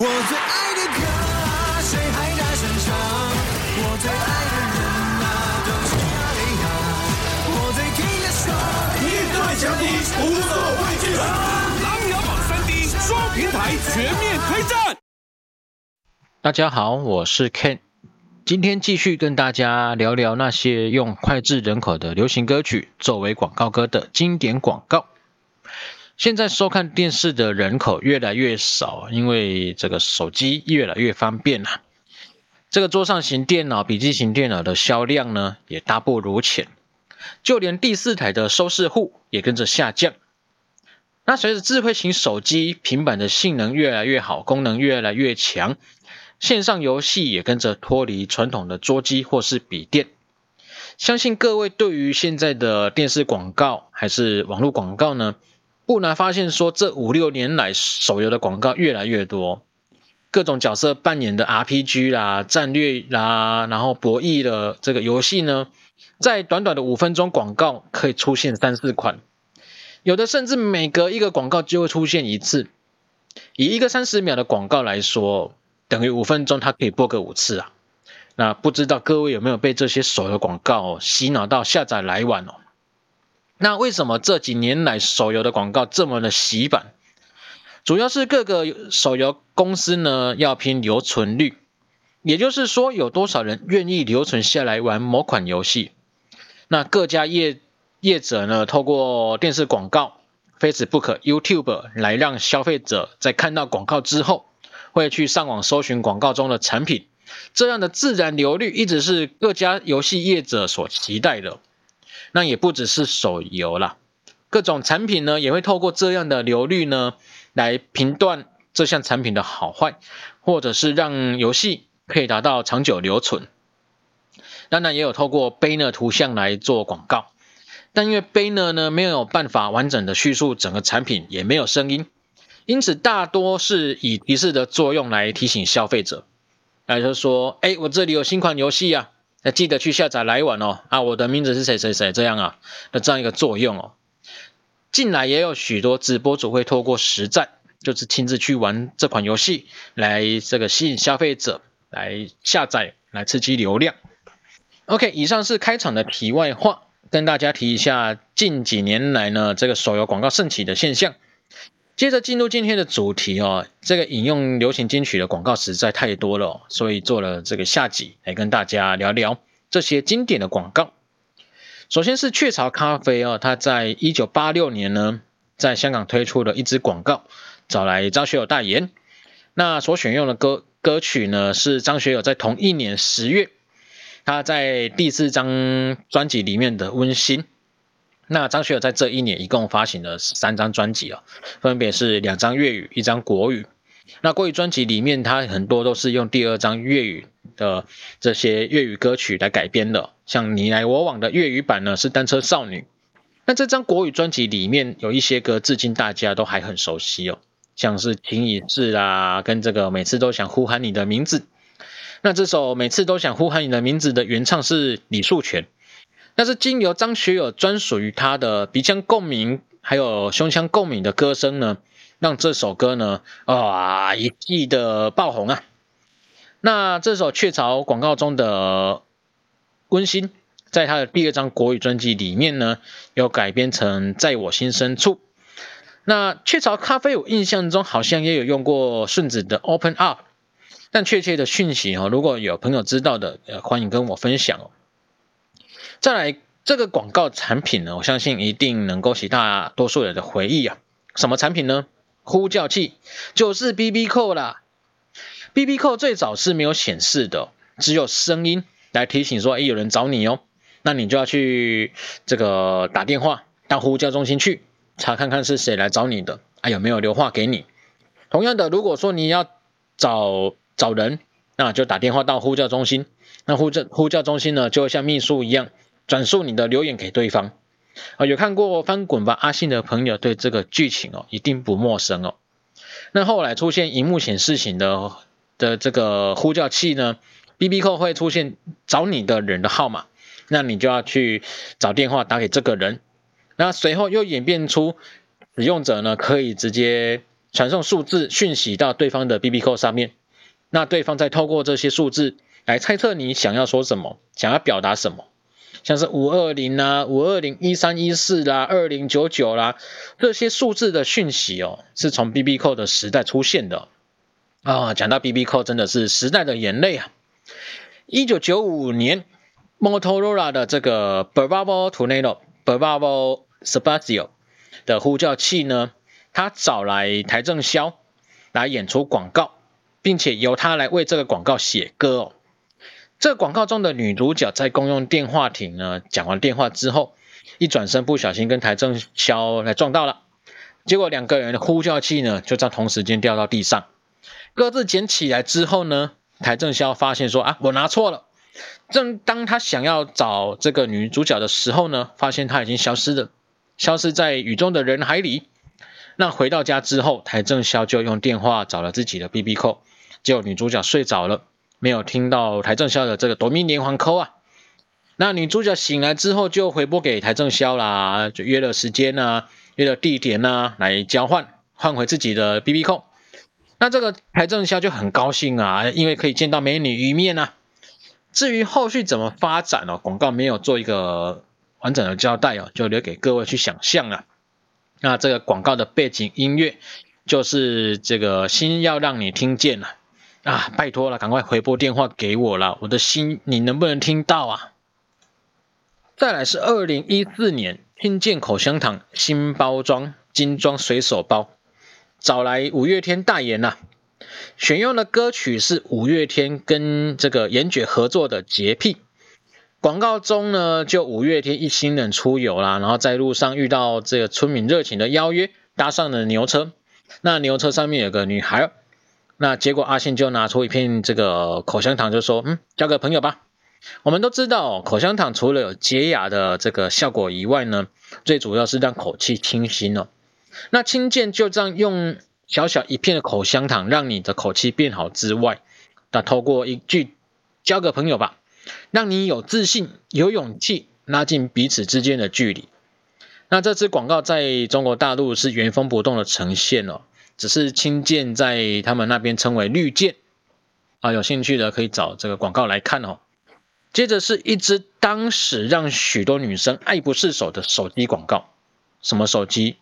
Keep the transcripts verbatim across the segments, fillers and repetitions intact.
我最爱的歌，谁还在身上？我最爱的人啊，都去哪里呀？我最听的说， 面对强敌，无所畏惧。 琅琊榜三 D 双平台全面推战。 大家好，我是 Ken， 今天继续跟大家聊聊那些用脍炙人口的流行歌曲作为广告歌的经典广告。现在收看电视的人口越来越少，因为这个手机越来越方便了。这个桌上型电脑、笔记型电脑的销量呢，也大不如前，就连第四台的收视户也跟着下降。那随着智慧型手机、平板的性能越来越好，功能越来越强，线上游戏也跟着脱离传统的桌机或是笔电。相信各位对于现在的电视广告还是网络广告呢，不难发现说这五六年来手游的广告越来越多，各种角色扮演的 R P G 啦、战略啦，然后博弈的这个游戏呢，在短短的五分钟广告可以出现三四款，有的甚至每隔一个广告就会出现一次。以一个三十秒的广告来说，等于五分钟它可以播个五次啊。那不知道各位有没有被这些手游广告、哦、洗脑到下载来玩哦？那为什么这几年来手游的广告这么的洗版？主要是各个手游公司呢要拼留存率，也就是说有多少人愿意留存下来玩某款游戏。那各家业业者呢透过电视广告、Facebook、YouTube 来让消费者在看到广告之后会去上网搜寻广告中的产品，这样的自然流率一直是各家游戏业者所期待的。那也不只是手游啦，各种产品呢也会透过这样的流率呢来评断这项产品的好坏，或者是让游戏可以达到长久留存。当然也有透过 banner 图像来做广告，但因为 banner 呢没有办法完整的叙述整个产品，也没有声音，因此大多是以提示的作用来提醒消费者，也就是说，哎，我这里有新款游戏啊，记得去下载来玩哦，啊，我的名字是谁谁谁这样啊的这样一个作用哦。近来也有许多直播主会透过实战，就是亲自去玩这款游戏，来这个吸引消费者来下载，来刺激流量。OK， 以上是开场的题外话，跟大家提一下近几年来呢这个手游广告盛起的现象。接着进入今天的主题哦，这个引用流行金曲的广告实在太多了、哦、所以做了这个下集来跟大家聊聊这些经典的广告。首先是雀巢咖啡哦，它在一九八六年呢在香港推出了一支广告，找来张学友代言。那所选用的歌歌曲呢是张学友在同一年十月他在第四张专辑里面的温馨。那张学友在这一年一共发行了三张专辑、哦、分别是两张粤语一张国语。那国语专辑里面他很多都是用第二张粤语的这些粤语歌曲来改编的，像你来我往的粤语版呢是单车少女。那这张国语专辑里面有一些歌至今大家都还很熟悉哦，像是情已逝啦，跟这个每次都想呼喊你的名字。那这首每次都想呼喊你的名字的原唱是李树全，那是经由张学友专属于他的鼻腔共鸣还有胸腔共鸣的歌声呢，让这首歌呢哇一记的爆红啊。那这首雀巢广告中的温馨，在他的第二张国语专辑里面呢有改编成在我心深处。那雀巢咖啡我印象中好像也有用过顺子的 Open Up， 但确切的讯息、哦、如果有朋友知道的、呃、欢迎跟我分享哦。再来这个广告产品呢，我相信一定能勾起大多数人的回忆啊。什么产品呢？呼叫器，就是 B B 扣啦。B B 扣最早是没有显示的，只有声音来提醒说，诶，有人找你哦。那你就要去这个打电话到呼叫中心去查看看是谁来找你的，啊有没有留话给你。同样的，如果说你要找找人，那就打电话到呼叫中心。那呼叫呼叫中心呢，就会像秘书一样转述你的留言给对方。啊，有看过翻滚吧阿信的朋友对这个剧情哦一定不陌生哦。那后来出现荧幕显示型的的这个呼叫器呢 ，B B 扣会出现找你的人的号码，那你就要去找电话打给这个人。那随后又演变出使用者呢可以直接传送数字讯息到对方的 B B 扣上面，那对方再透过这些数字来猜测你想要说什么，想要表达什么，像是五二零啦、五二零、一三一四啦、二零九九啦，这些数字的讯息哦，是从 B B 扣的时代出现的啊。讲到 B B 扣，真的是时代的眼泪啊！一九九五年 ，Motorola 的这个 Bravo Tornado、Bravo Spazio 的呼叫器呢，他找来邰正宵来演出广告，并且由他来为这个广告写歌哦。这个广告中的女主角在公用电话亭呢讲完电话之后，一转身不小心跟邰正宵来撞到了，结果两个人的呼叫器呢就在同时间掉到地上，各自捡起来之后呢，邰正宵发现说啊，我拿错了。正当他想要找这个女主角的时候呢，发现她已经消失了，消失在雨中的人海里。那回到家之后，邰正宵就用电话找了自己的 B B 扣，结果女主角睡着了，没有听到邰正宵的这个夺命连环扣啊。那女主角醒来之后就回拨给邰正宵啦，就约了时间啊，约了地点啊，来交换，换回自己的 B B 扣。那这个邰正宵就很高兴啊，因为可以见到美女一面啊。至于后续怎么发展哦，广告没有做一个完整的交代哦，就留给各位去想象了。那这个广告的背景音乐就是这个心要让你听见了啊，拜托了，赶快回拨电话给我了，我的心你能不能听到啊？再来是二零一四年，听见口香糖新包装精装随手包，找来五月天代言啊。选用的歌曲是五月天跟这个严爵合作的《洁癖》。广告中呢，就五月天一行人出游啦，然后在路上遇到这个村民热情的邀约，搭上了牛车。那牛车上面有个女孩，那结果阿信就拿出一片这个口香糖，就说：“嗯，交个朋友吧。”我们都知道、哦，口香糖除了有洁雅的这个效果以外呢，最主要是让口气清新哦。那清健就这样用小小一片的口香糖让你的口气变好之外，那透过一句交个朋友吧，让你有自信有勇气拉近彼此之间的距离。那这支广告在中国大陆是原封不动的呈现哦，只是清健在他们那边称为绿箭啊，有兴趣的可以找这个广告来看哦。接着是一支当时让许多女生爱不释手的手机广告，什么手机？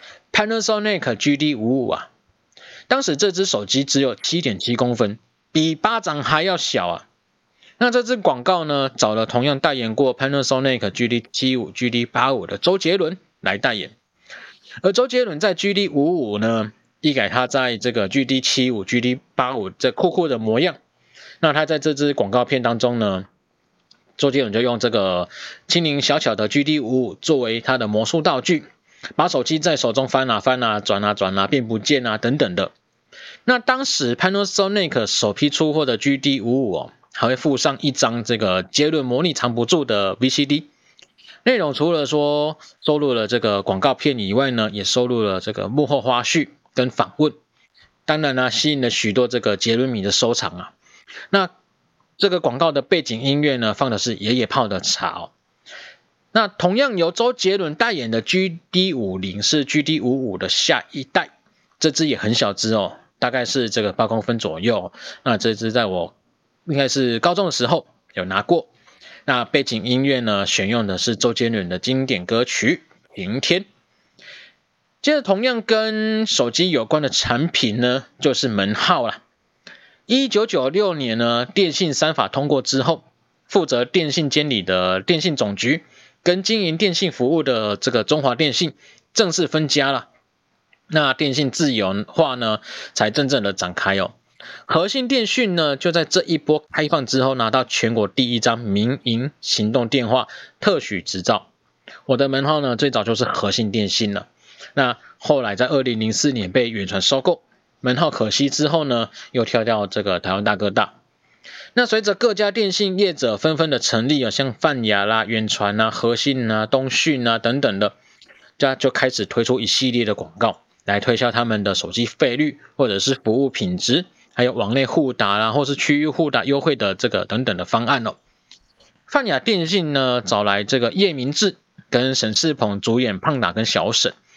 Panasonic G D 五十五 啊。当时这只手机只有 七点七公分，比巴掌还要小啊。那这支广告呢，找了同样代言过 Panasonic G D 七十五、G D 八十五 的周杰伦来代言。而周杰伦在 G D 五十五 呢，一改他在这个 G D 七十五、G D 八十五 这酷酷的模样。那他在这支广告片当中呢，周杰伦就用这个轻灵小巧的 G D 五十五 作为他的魔术道具，把手机在手中翻啊翻啊、转啊转啊、变不见啊等等的。那当时 Panasonic 首批出货的 G D 五十五 哦，还会附上一张这个杰伦魔力藏不住的 V C D， 内容除了说收录了这个广告片以外呢，也收录了这个幕后花絮跟访问，当然呢、啊、吸引了许多这个杰伦迷的收藏啊。那这个广告的背景音乐呢，放的是爷爷泡的茶哦。那同样由周杰伦代言的 G D 五十 是 G D 五十五 的下一代，这支也很小支哦，大概是这个八公分左右。那这支在我应该是高中的时候有拿过。那背景音乐呢，选用的是周杰伦的经典歌曲《晴天》。接着同样跟手机有关的产品呢，就是门号啦。一九九六年呢，电信三法通过之后，负责电信监理的电信总局跟经营电信服务的这个中华电信正式分家了。那电信自由化呢，才真正的展开哦。和信电讯呢，就在这一波开放之后，拿到全国第一张民营行动电话特许执照。我的门号呢，最早就是和信电信了。那后来在二零零四年被远传收购，门号可惜之后呢，又跳到这个台湾大哥大。那随着各家电信业者纷纷的成立啊，像泛亚啦、远传啊、和信啊、东讯啊等等的，家就开始推出一系列的广告来推销他们的手机费率或者是服务品质，还有网内互打啦，或是区域互打优惠的这个等等的方案哦。泛亚电信呢，找来这个叶明志跟沈世鹏主演胖达跟小沈。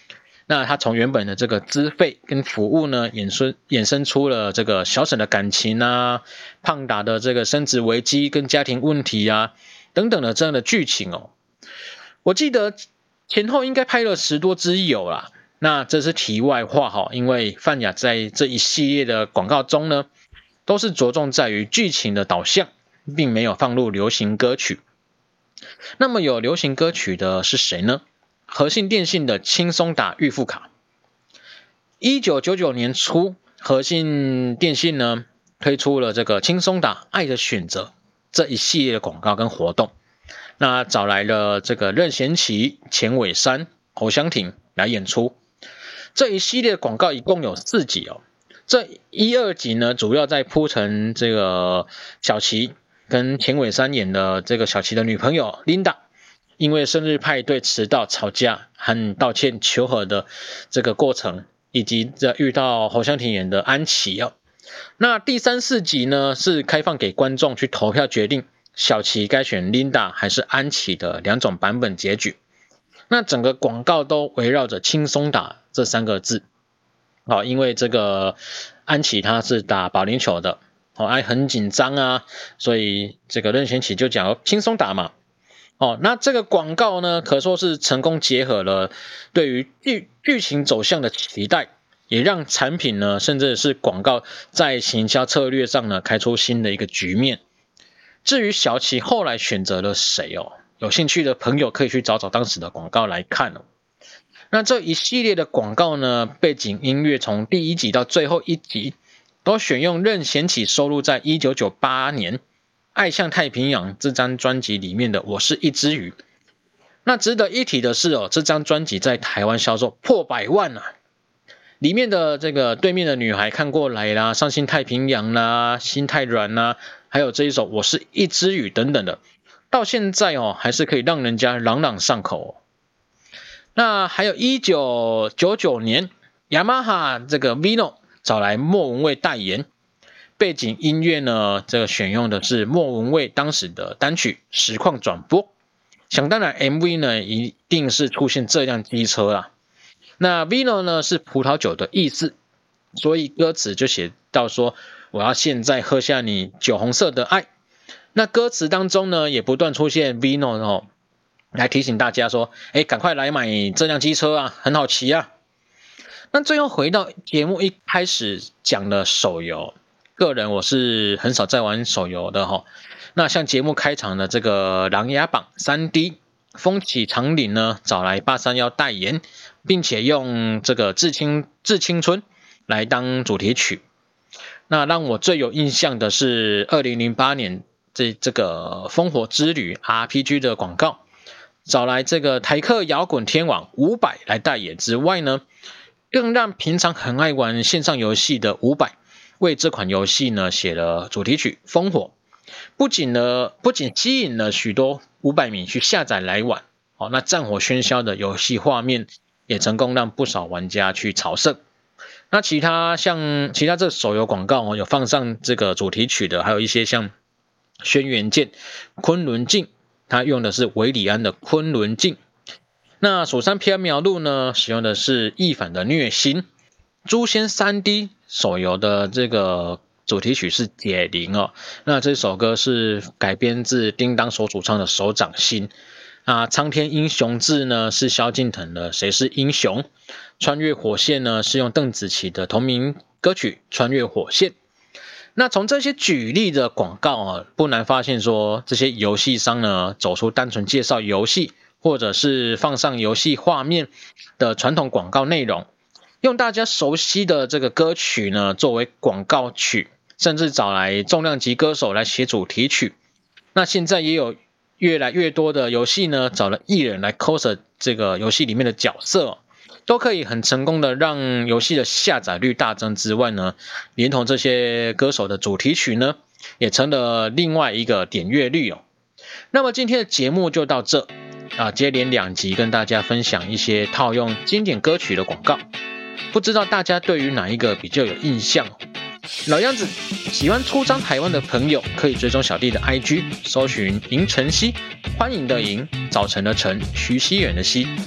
那他从原本的这个资费跟服务呢，衍生衍生出了这个小沈的感情啊，胖达的这个升职危机跟家庭问题啊等等的这样的剧情哦。我记得前后应该拍了十多支有啦。那这是题外话哈，因为范雅在这一系列的广告中呢，都是着重在于剧情的导向，并没有放入流行歌曲。那么有流行歌曲的是谁呢？和信电信的轻松打预付卡。一九九九年初，和信电信呢推出了这个轻松打爱的选择这一系列的广告跟活动。那找来了这个任贤齐、钱伟山、侯湘婷来演出。这一系列的广告一共有四集哦。这一二集呢，主要在铺陈这个小齐跟钱伟山演的这个小齐的女朋友 Linda， 因为生日派对迟到吵架和道歉求和的这个过程，以及这遇到侯湘婷演的安琪哦。那第三四集呢，是开放给观众去投票决定小齐该选 Linda 还是安琪的两种版本结局。那整个广告都围绕着轻松打这三个字。好，因为这个安琪她是打保龄球的，哦，还很紧张啊，所以这个任贤齐就讲轻松打嘛。哦，那这个广告呢，可说是成功结合了对于剧剧情走向的期待，也让产品呢，甚至是广告在行销策略上呢，开出新的一个局面。至于小齐后来选择了谁哦，有兴趣的朋友可以去找找当时的广告来看哦。那这一系列的广告呢，背景音乐从第一集到最后一集都选用任贤齐收录在一九九八年《爱向太平洋》这张专辑里面的我是一只鱼。那值得一提的是哦，这张专辑在台湾销售破百万啊，里面的这个对面的女孩看过来啦，伤心太平洋啦，心太软啦，还有这一首我是一只鱼等等的，到现在哦还是可以让人家朗朗上口哦。那还有一九九九年 Yamaha 这个 Vino 找来莫文蔚代言，背景音乐呢，这个选用的是莫文蔚当时的单曲实况转播，想当然 M V 呢一定是出现这辆机车啦。那 Vino 呢是葡萄酒的意思，所以歌词就写到说我要现在喝下你酒红色的爱。那歌词当中呢也不断出现 Vino 哦，来提醒大家说，哎，赶快来买这辆机车啊，很好骑啊。那最后回到节目一开始讲的手游，个人我是很少在玩手游的齁。那像节目开场的这个琅琊榜 三 D 风起长岭呢，找来八三一代言，并且用这个致青致青春来当主题曲。那让我最有印象的是二零零八年这这个烽火之旅 R P G 的广告，找来这个台客摇滚天王伍佰来代言之外呢，更让平常很爱玩线上游戏的伍佰为这款游戏呢写了主题曲《烽火》，不仅呢不仅吸引了许多伍佰迷去下载来玩，哦，那战火喧嚣的游戏画面也成功让不少玩家去朝圣。那其他像其他这手游广告哦，有放上这个主题曲的，还有一些像轩辕剑、昆仑镜，它用的是韦礼安的昆仑镜。那蜀山缥缈录呢，使用的是易反的虐心。诛仙 三 D 手游的这个主题曲是解铃哦，那这首歌是改编自叮当所主唱的手掌心。啊，苍天英雄志呢是萧敬腾的谁是英雄，穿越火线呢是用邓紫棋的同名歌曲穿越火线。那从这些举例的广告啊，不难发现说这些游戏商呢走出单纯介绍游戏或者是放上游戏画面的传统广告内容，用大家熟悉的这个歌曲呢作为广告曲，甚至找来重量级歌手来写主题曲。那现在也有越来越多的游戏呢找了艺人来 cos 这个游戏里面的角色哦，都可以很成功的让游戏的下载率大增之外呢，连同这些歌手的主题曲呢也成了另外一个点阅率哦。那么今天的节目就到这啊，接连两集跟大家分享一些套用经典歌曲的广告，不知道大家对于哪一个比较有印象？老样子，喜欢出张台湾的朋友可以追踪小弟的 I G， 搜寻迎晨曦，欢迎的迎，早晨的晨，徐熙远的熙。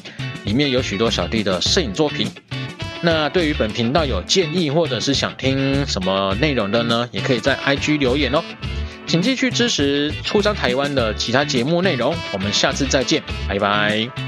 里面有许多小弟的摄影作品。那对于本频道有建议或者是想听什么内容的呢，也可以在 I G 留言哦。请继续支持出张台湾的其他节目内容，我们下次再见，拜拜。